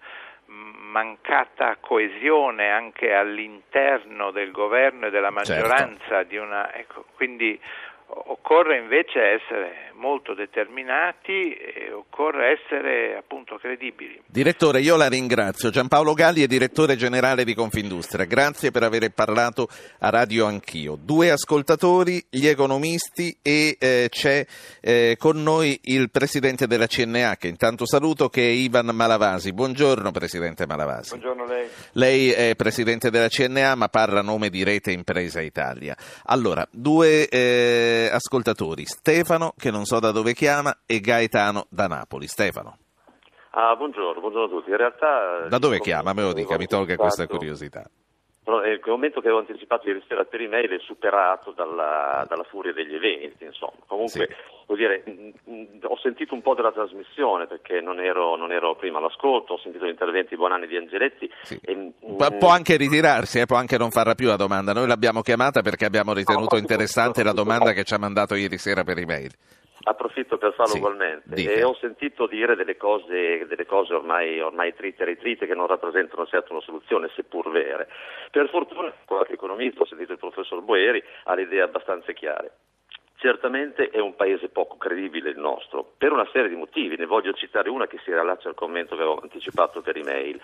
mancata coesione anche all'interno del governo e della maggioranza, certo. di una, ecco, quindi occorre invece essere molto determinati e occorre essere appunto credibili. Direttore, io la ringrazio. Giampaolo Galli è direttore generale di Confindustria. Grazie per aver parlato a Radio Anch'io. Due ascoltatori, gli economisti e eh, c'è eh, con noi il presidente della C N A, che intanto saluto, che è Ivan Malavasi. Buongiorno Presidente Malavasi. Buongiorno a lei. Lei è presidente della C N A ma parla a nome di Rete Impresa Italia. Allora, due eh, ascoltatori, Stefano, che non so da dove chiama, e Gaetano da Napoli. Stefano. Ah, buongiorno, buongiorno a tutti. In realtà da dove chiama? Me lo dica, mi tolga questa curiosità. Però il commento che avevo anticipato ieri sera per email è superato dalla, dalla furia degli eventi, insomma. Comunque, sì. vuol dire, mh, mh, ho sentito un po' della trasmissione perché non ero, non ero prima all'ascolto, ho sentito gli interventi di Buonanni di Angeletti. Sì. E, mh, può anche ritirarsi, eh, può anche non farla più la domanda. Noi l'abbiamo chiamata perché abbiamo ritenuto no, interessante la domanda no. che ci ha mandato ieri sera per email. Approfitto per farlo sì, ugualmente dica. E ho sentito dire delle cose, delle cose ormai, ormai trite e ritrite che non rappresentano certo una soluzione, seppur vere. Per fortuna qualche economista, ho sentito il professor Boeri, ha le idee abbastanza chiare. Certamente è un paese poco credibile il nostro, per una serie di motivi, ne voglio citare una che si riallaccia al commento che avevo anticipato per email.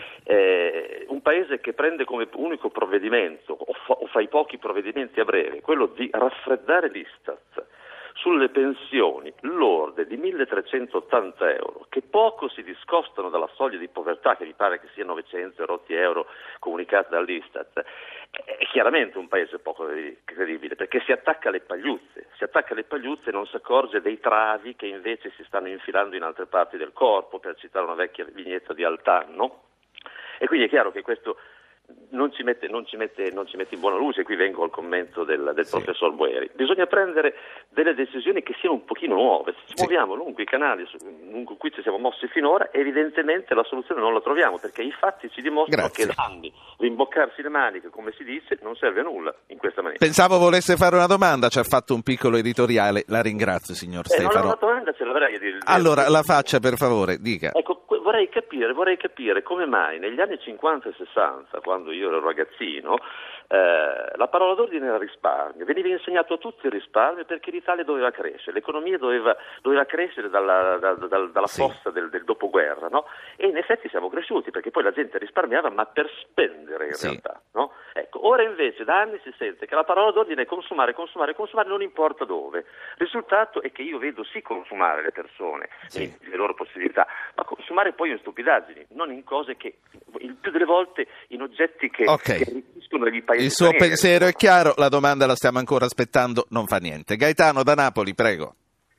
Eh, un paese che prende come unico provvedimento, o fa, o fa i pochi provvedimenti a breve, quello di raffreddare l'Istat sulle pensioni lorde di milletrecentottanta euro, che poco si discostano dalla soglia di povertà, che mi pare che sia novecento rotti euro comunicati dall'Istat, è chiaramente un paese poco credibile, perché si attacca alle pagliuzze, si attacca alle pagliuzze e non si accorge dei travi che invece si stanno infilando in altre parti del corpo, per citare una vecchia vignetta di Altanno, e quindi è chiaro che questo Non ci, mette, non, ci mette, non ci mette in buona luce. Qui vengo al commento del, del sì. professor Boeri. Bisogna prendere delle decisioni che siano un pochino nuove. Se ci sì. muoviamo lungo i canali lungo cui ci siamo mossi finora, evidentemente la soluzione non la troviamo, perché i fatti ci dimostrano Grazie. che da anni rimboccarsi le maniche, come si dice, non serve a nulla in questa maniera. Pensavo volesse fare una domanda, ci ha fatto un piccolo editoriale. La ringrazio, signor eh, Stefano. No, una domanda ce l'avrei. Di, di, allora, di... la faccia, per favore, dica. Ecco, vorrei capire, vorrei capire come mai negli anni cinquanta e sessanta, quando io ero ragazzino, eh, la parola d'ordine era risparmio, veniva insegnato a tutti il risparmio perché l'Italia doveva crescere, l'economia doveva, doveva crescere dalla, da, da, dalla sì. fossa del, del dopoguerra, no? E in effetti siamo cresciuti perché poi la gente risparmiava ma per spendere in sì. realtà, no? Ecco, ora invece da anni si sente che la parola d'ordine è consumare, consumare, consumare, non importa dove. Il risultato è che io vedo sì consumare le persone, sì. le loro possibilità, ma consumare poi in stupidaggini, non in cose che, il più delle volte, in oggetti che, okay. che arricchiscono i paesi. Il suo stranieri. Pensiero è chiaro, la domanda la stiamo ancora aspettando, non fa niente. Gaetano da Napoli, prego.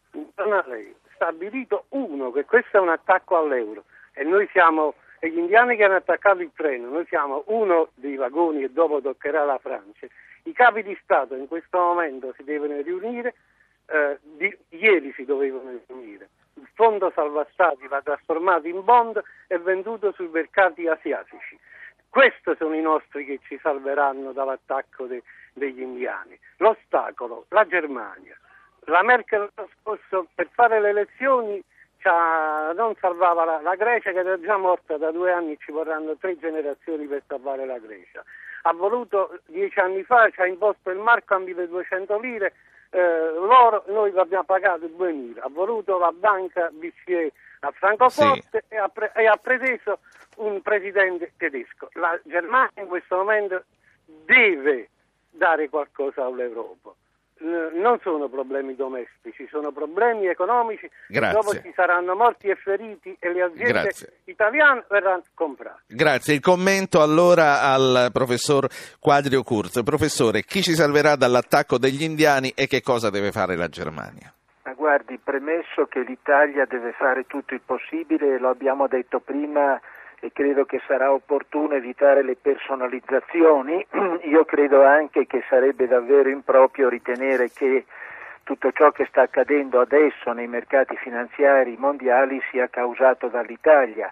Stabilito uno che questo è un attacco all'euro e noi siamo, e gli indiani che hanno attaccato il treno, noi siamo uno dei vagoni e dopo toccherà la Francia. I capi di Stato in questo momento si devono riunire, eh, di, ieri si dovevano riunire. Il fondo salva stati va trasformato in bond e venduto sui mercati asiatici. Questi sono i nostri che ci salveranno dall'attacco de, degli indiani. L'ostacolo, la Germania, la Merkel scorso, per fare le elezioni non salvava la, la Grecia, che era già morta da due anni, ci vorranno tre generazioni per salvare la Grecia. Ha voluto dieci anni fa, ci ha imposto il marco a milleduecento lire, eh, l'oro noi l'abbiamo pagato duemila. Ha voluto la banca B C E a Francoforte, sì, e, ha pre- e ha preteso un presidente tedesco. La Germania in questo momento deve dare qualcosa all'Europa. Non sono problemi domestici, sono problemi economici. Grazie. Dopo ci saranno morti e feriti e le aziende Grazie. italiane verranno comprate. Grazie. Il commento allora al professor Quadrio Curzo. Professore, chi ci salverà dall'attacco degli indiani e che cosa deve fare la Germania? Ma guardi, premesso che l'Italia deve fare tutto il possibile, lo abbiamo detto prima, e credo che sarà opportuno evitare le personalizzazioni. Io credo anche che sarebbe davvero improprio ritenere che tutto ciò che sta accadendo adesso nei mercati finanziari mondiali sia causato dall'Italia.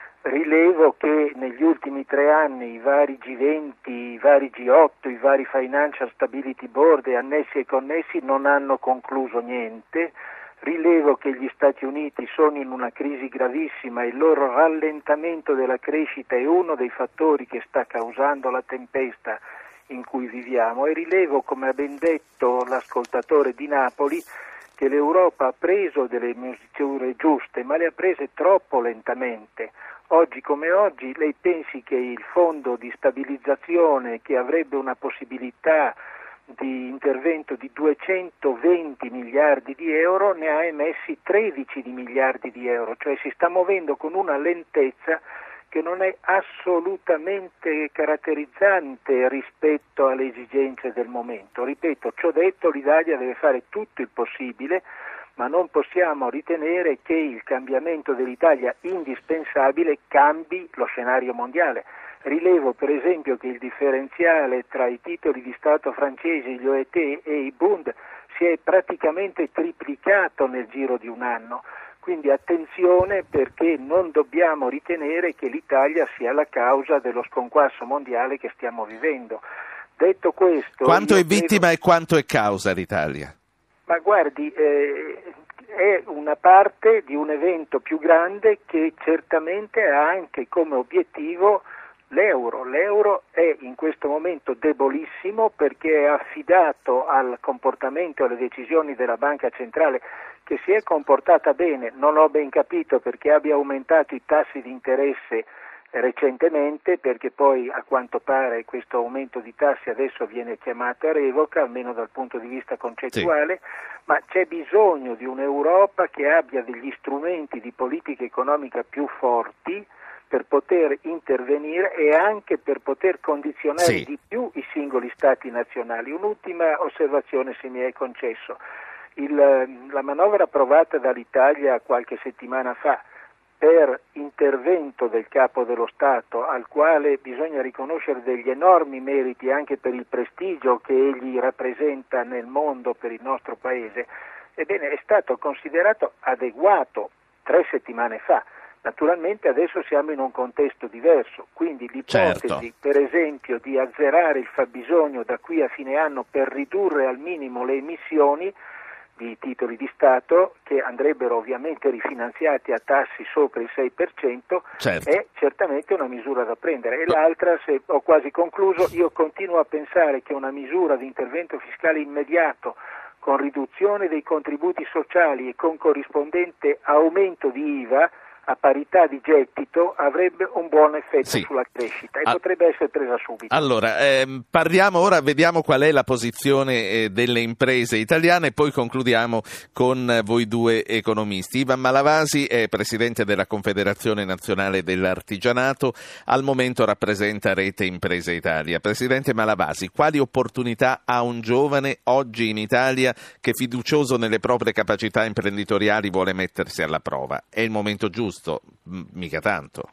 Rilevo che negli ultimi tre anni i vari G venti, i vari G otto, i vari Financial Stability Board annessi e connessi non hanno concluso niente. Rilevo che gli Stati Uniti sono in una crisi gravissima e il loro rallentamento della crescita è uno dei fattori che sta causando la tempesta in cui viviamo, e rilevo, come ha ben detto l'ascoltatore di Napoli, che l'Europa ha preso delle misure giuste, ma le ha prese troppo lentamente. Oggi come oggi lei pensi che il fondo di stabilizzazione, che avrebbe una possibilità di intervento di duecentoventi miliardi di euro, ne ha emessi tredici di miliardi di euro, cioè si sta muovendo con una lentezza che non è assolutamente caratterizzante rispetto alle esigenze del momento. Ripeto, ciò detto, l'Italia deve fare tutto il possibile, ma non possiamo ritenere che il cambiamento dell'Italia indispensabile cambi lo scenario mondiale. Rilevo per esempio che il differenziale tra i titoli di Stato francesi, gli O E T e i Bund si è praticamente triplicato nel giro di un anno, quindi attenzione, perché non dobbiamo ritenere che l'Italia sia la causa dello sconquasso mondiale che stiamo vivendo. Detto questo... Quanto è credo... vittima e quanto è causa l'Italia? Ma guardi, eh, è una parte di un evento più grande che certamente ha anche come obiettivo l'euro. L'euro è in questo momento debolissimo perché è affidato al comportamento e alle decisioni della Banca Centrale, che si è comportata bene. Non ho ben capito perché abbia aumentato i tassi di interesse recentemente, perché poi a quanto pare questo aumento di tassi adesso viene chiamato a revoca, almeno dal punto di vista concettuale, sì. Ma c'è bisogno di un'Europa che abbia degli strumenti di politica economica più forti per poter intervenire e anche per poter condizionare sì. di più i singoli stati nazionali. Un'ultima osservazione, se mi è concesso. Il, la manovra approvata dall'Italia qualche settimana fa per intervento del Capo dello Stato, al quale bisogna riconoscere degli enormi meriti anche per il prestigio che egli rappresenta nel mondo per il nostro Paese, ebbene è stato considerato adeguato tre settimane fa. Naturalmente adesso siamo in un contesto diverso, quindi l'ipotesi certo. per esempio di azzerare il fabbisogno da qui a fine anno per ridurre al minimo le emissioni di titoli di Stato, che andrebbero ovviamente rifinanziati a tassi sopra il sei per cento, certo. è certamente una misura da prendere. E l'altra, se ho quasi concluso, io continuo a pensare che una misura di intervento fiscale immediato con riduzione dei contributi sociali e con corrispondente aumento di I V A a parità di gettito avrebbe un buon effetto sì. sulla crescita e ah. potrebbe essere presa subito. Allora, ehm, parliamo ora, vediamo qual è la posizione eh, delle imprese italiane e poi concludiamo con eh, voi due economisti. Ivan Malavasi è presidente della Confederazione Nazionale dell'Artigianato, al momento rappresenta Rete Imprese Italia. Presidente Malavasi, quali opportunità ha un giovane oggi in Italia che, fiducioso nelle proprie capacità imprenditoriali, vuole mettersi alla prova? È il momento giusto? M- mica tanto.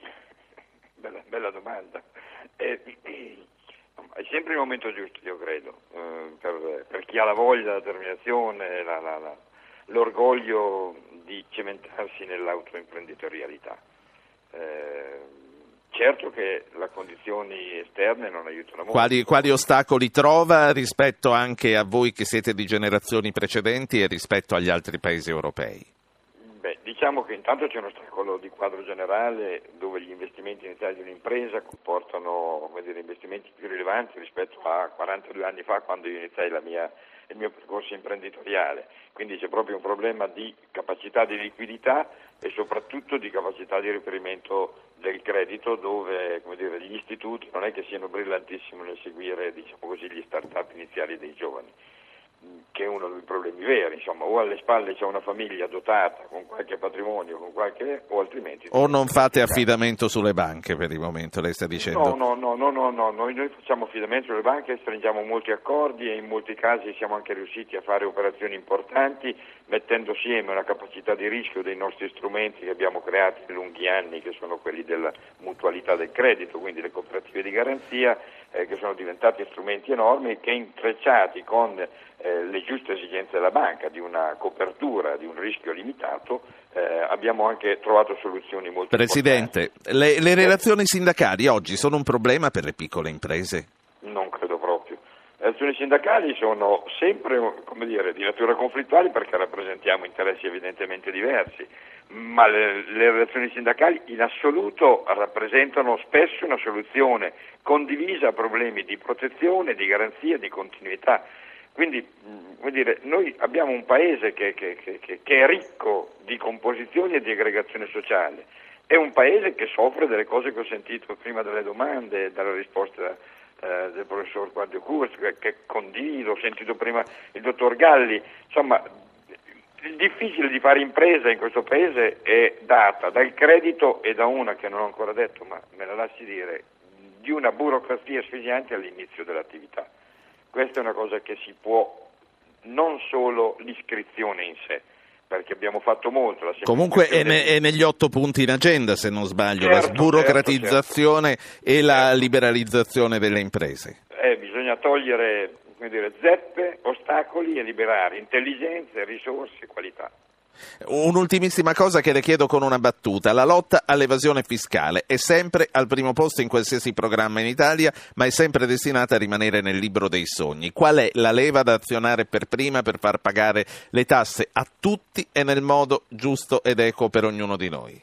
Bella, bella domanda. Eh, è sempre il momento giusto, io credo, eh, per, per chi ha la voglia, la determinazione, la, la, la, l'orgoglio di cementarsi nell'autoimprenditorialità. Eh, certo che le condizioni esterne non aiutano molto. Quali, quali ostacoli trova rispetto anche a voi che siete di generazioni precedenti e rispetto agli altri paesi europei? Beh, diciamo che intanto c'è un ostacolo di quadro generale dove gli investimenti iniziali di un'impresa comportano, come dire, investimenti più rilevanti rispetto a quarantadue anni fa, quando io iniziai la mia, il mio percorso imprenditoriale. Quindi c'è proprio un problema di capacità di liquidità e soprattutto di capacità di riferimento del credito, dove, come dire, gli istituti non è che siano brillantissimi nel seguire, diciamo così, gli start-up iniziali dei giovani, che è uno dei problemi veri. Insomma, o alle spalle c'è una famiglia dotata con qualche patrimonio, con qualche, o altrimenti o non fate affidamento sulle banche per il momento, lei sta dicendo? No, no, no, no, no, no. Noi, noi facciamo affidamento sulle banche, stringiamo molti accordi e in molti casi siamo anche riusciti a fare operazioni importanti mettendo assieme una capacità di rischio dei nostri strumenti che abbiamo creati in lunghi anni, che sono quelli della mutualità del credito, quindi le cooperative di garanzia, eh, che sono diventati strumenti enormi che, intrecciati con eh, le giuste esigenze della banca di una copertura, di un rischio limitato, eh, abbiamo anche trovato soluzioni molto Presidente, importanti. le, le relazioni sindacali oggi sono un problema per le piccole imprese? Non credo proprio. Le relazioni sindacali sono sempre, come dire, di natura conflittuali perché rappresentiamo interessi evidentemente diversi, ma le, le relazioni sindacali in assoluto rappresentano spesso una soluzione condivisa a problemi di protezione, di garanzia, di continuità. Quindi, come dire, noi abbiamo un paese che, che, che, che è ricco di composizioni e di aggregazione sociale. È un paese che soffre delle cose che ho sentito prima dalle domande, dalla risposta eh, del professor Quadio Curcio, che, che condivido, ho sentito prima il dottor Galli. Insomma, il difficile di fare impresa in questo paese è data dal credito e da una, che non ho ancora detto, ma me la lasci dire, di una burocrazia asfissiante all'inizio dell'attività. Questa è una cosa che si può, non solo l'iscrizione in sé, perché abbiamo fatto molto. La Comunque è, ne, è negli otto punti in agenda, se non sbaglio, certo, la sburocratizzazione certo, certo. e la certo. liberalizzazione delle imprese. Eh, bisogna togliere, come dire, zeppe, ostacoli e liberare intelligenze, risorse, qualità. Un'ultimissima cosa che le chiedo con una battuta: la lotta all'evasione fiscale è sempre al primo posto in qualsiasi programma in Italia, ma è sempre destinata a rimanere nel libro dei sogni. Qual è la leva da azionare per prima per far pagare le tasse a tutti e nel modo giusto ed equo per ognuno di noi?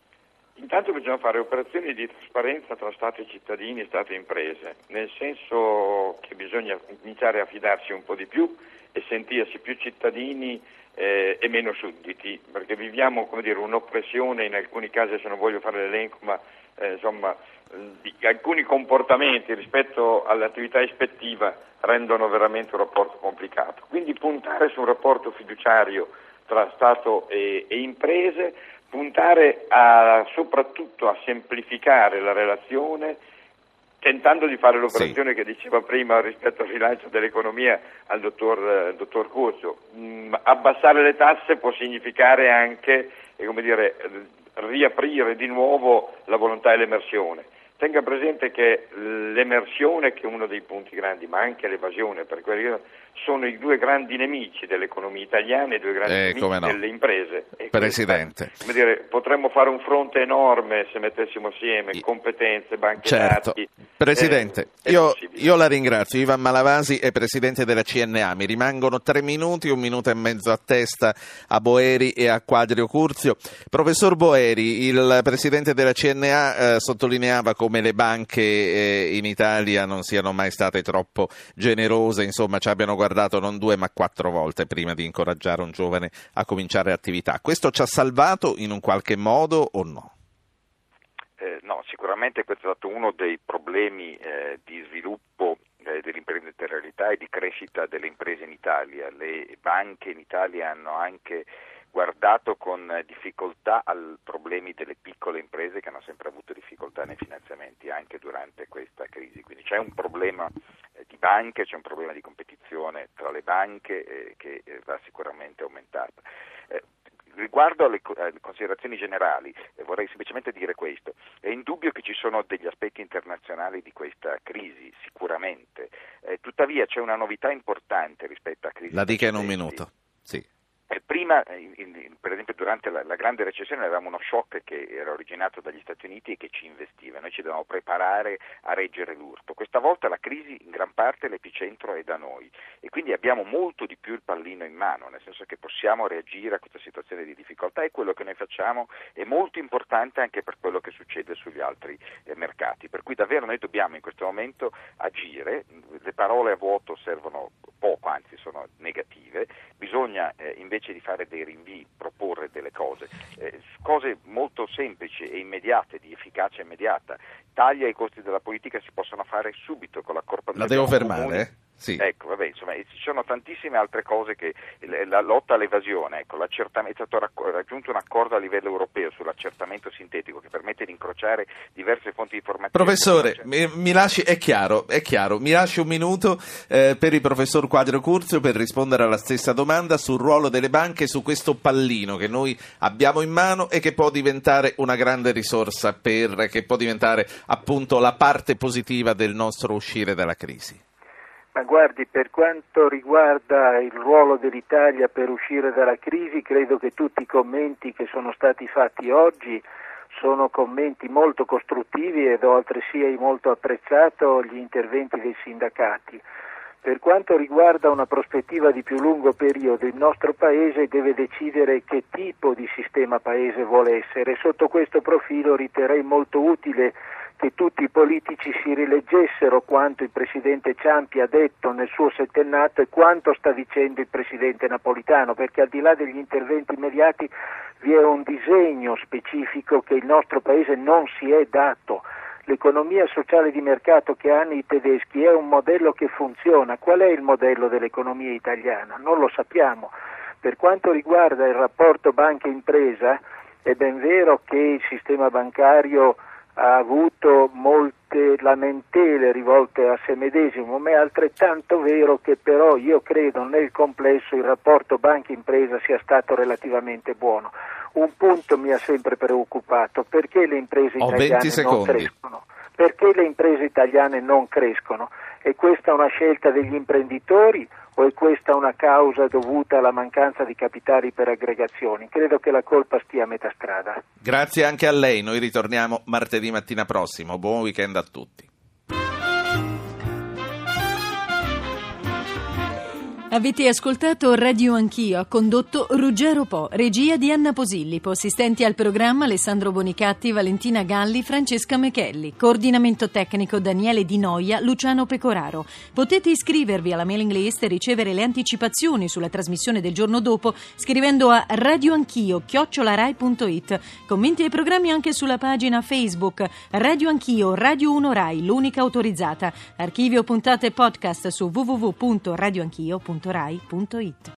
Intanto bisogna fare operazioni di trasparenza tra Stato e cittadini, Stato e imprese, nel senso che bisogna cominciare a fidarsi un po' di più e sentirsi più cittadini Eh, e meno sudditi, perché viviamo, come dire, un'oppressione in alcuni casi, se non voglio fare l'elenco, ma eh, insomma di alcuni comportamenti rispetto all'attività ispettiva rendono veramente un rapporto complicato. Quindi puntare su un rapporto fiduciario tra Stato e, e imprese, puntare a, soprattutto a semplificare la relazione, tentando di fare l'operazione sì. che diceva prima rispetto al rilancio dell'economia al dottor, eh, dottor Curcio. Mm, abbassare le tasse può significare anche, eh, come dire, riaprire di nuovo la volontà e l'emersione. Tenga presente che l'emersione, che è uno dei punti grandi, ma anche l'evasione, per quello sono i due grandi nemici dell'economia italiana e i due grandi eh, nemici no. delle imprese. E Presidente. Questa, come dire, potremmo fare un fronte enorme se mettessimo assieme competenze, banche certo. dati. Presidente, eh, io, io la ringrazio. Ivan Malavasi è Presidente della C N A. Mi rimangono tre minuti, un minuto e mezzo a testa a Boeri e a Quadrio Curzio. Professor Boeri, il Presidente della C N A eh, sottolineava come le banche eh, in Italia non siano mai state troppo generose, insomma ci abbiano guardato non due ma quattro volte prima di incoraggiare un giovane a cominciare attività. Questo ci ha salvato in un qualche modo o no? Eh, no, sicuramente questo è stato uno dei problemi eh, di sviluppo eh, dell'imprenditorialità e di crescita delle imprese in Italia. Le banche in Italia hanno anche guardato con difficoltà ai problemi delle piccole imprese che hanno sempre avuto difficoltà nei finanziamenti anche durante questa crisi. Quindi c'è un problema eh, di banche, c'è un problema di competizione tra le banche eh, che eh, va sicuramente aumentata. Eh, Riguardo alle, alle considerazioni generali, eh, vorrei semplicemente dire questo: è indubbio che ci sono degli aspetti internazionali di questa crisi, sicuramente, eh, tuttavia c'è una novità importante rispetto a crisi La dica in un precedenti. minuto, sì. Eh, prima, in, in, per esempio durante la, la grande recessione avevamo uno shock che era originato dagli Stati Uniti e che ci investiva, noi ci dovevamo preparare a reggere l'urto. Questa volta la crisi in gran parte l'epicentro è da noi e quindi abbiamo molto di più il pallino in mano, nel senso che possiamo reagire a questa situazione di difficoltà e quello che noi facciamo è molto importante anche per quello che succede sugli altri eh, mercati, per cui davvero noi dobbiamo in questo momento agire, le parole a vuoto servono poco, anzi sono negative, bisogna eh, invece di fare dei rinvii proporre delle cose, eh, cose molto semplici e immediate, di efficacia immediata. Tagli ai costi della politica si possono fare subito con l'accorpamento. La devo fermare? Eh? Sì. Ecco, vabbè, insomma, ci sono tantissime altre cose che la lotta all'evasione, ecco, l'accertamento, è stato raggiunto un accordo a livello europeo sull'accertamento sintetico che permette di incrociare diverse fonti di informazione. Professore, mi, mi lasci, è chiaro, è chiaro, mi lasci un minuto eh, per il professor Quadrio Curzio per rispondere alla stessa domanda sul ruolo delle banche, su questo pallino che noi abbiamo in mano e che può diventare una grande risorsa per, che può diventare appunto la parte positiva del nostro uscire dalla crisi. Ma guardi, per quanto riguarda il ruolo dell'Italia per uscire dalla crisi, credo che tutti i commenti che sono stati fatti oggi sono commenti molto costruttivi ed ho altresì molto apprezzato gli interventi dei sindacati. Per quanto riguarda una prospettiva di più lungo periodo, il nostro Paese deve decidere che tipo di sistema Paese vuole essere. Sotto questo profilo riterrei molto utile che tutti i politici si rileggessero quanto il Presidente Ciampi ha detto nel suo settennato e quanto sta dicendo il Presidente Napolitano, perché al di là degli interventi immediati vi è un disegno specifico che il nostro Paese non si è dato. L'economia sociale di mercato che hanno i tedeschi è un modello che funziona. Qual è il modello dell'economia italiana? Non lo sappiamo. Per quanto riguarda il rapporto banca-impresa, è ben vero che il sistema bancario ha avuto molte lamentele rivolte a sé medesimo, ma è altrettanto vero che però io credo nel complesso il rapporto banca-impresa sia stato relativamente buono. Un punto mi ha sempre preoccupato: perché le imprese italiane non crescono? Perché le imprese italiane non crescono? È questa una scelta degli imprenditori o è questa una causa dovuta alla mancanza di capitali per aggregazioni? Credo che la colpa stia a metà strada. Grazie anche a lei, noi ritorniamo martedì mattina prossimo. Buon weekend a tutti. Avete ascoltato Radio Anch'io, ha condotto Ruggero Po, regia di Anna Posillipo, assistenti al programma Alessandro Bonicatti, Valentina Galli, Francesca Mechelli, coordinamento tecnico Daniele Di Noia, Luciano Pecoraro. Potete iscrivervi alla mailing list e ricevere le anticipazioni sulla trasmissione del giorno dopo scrivendo a radioanchio chiocciola rai punto it. Commenti ai programmi anche sulla pagina Facebook Radio Anch'io, Radio uno Rai, l'unica autorizzata. Archivio puntate podcast su w w w punto radioanchio punto rai punto it.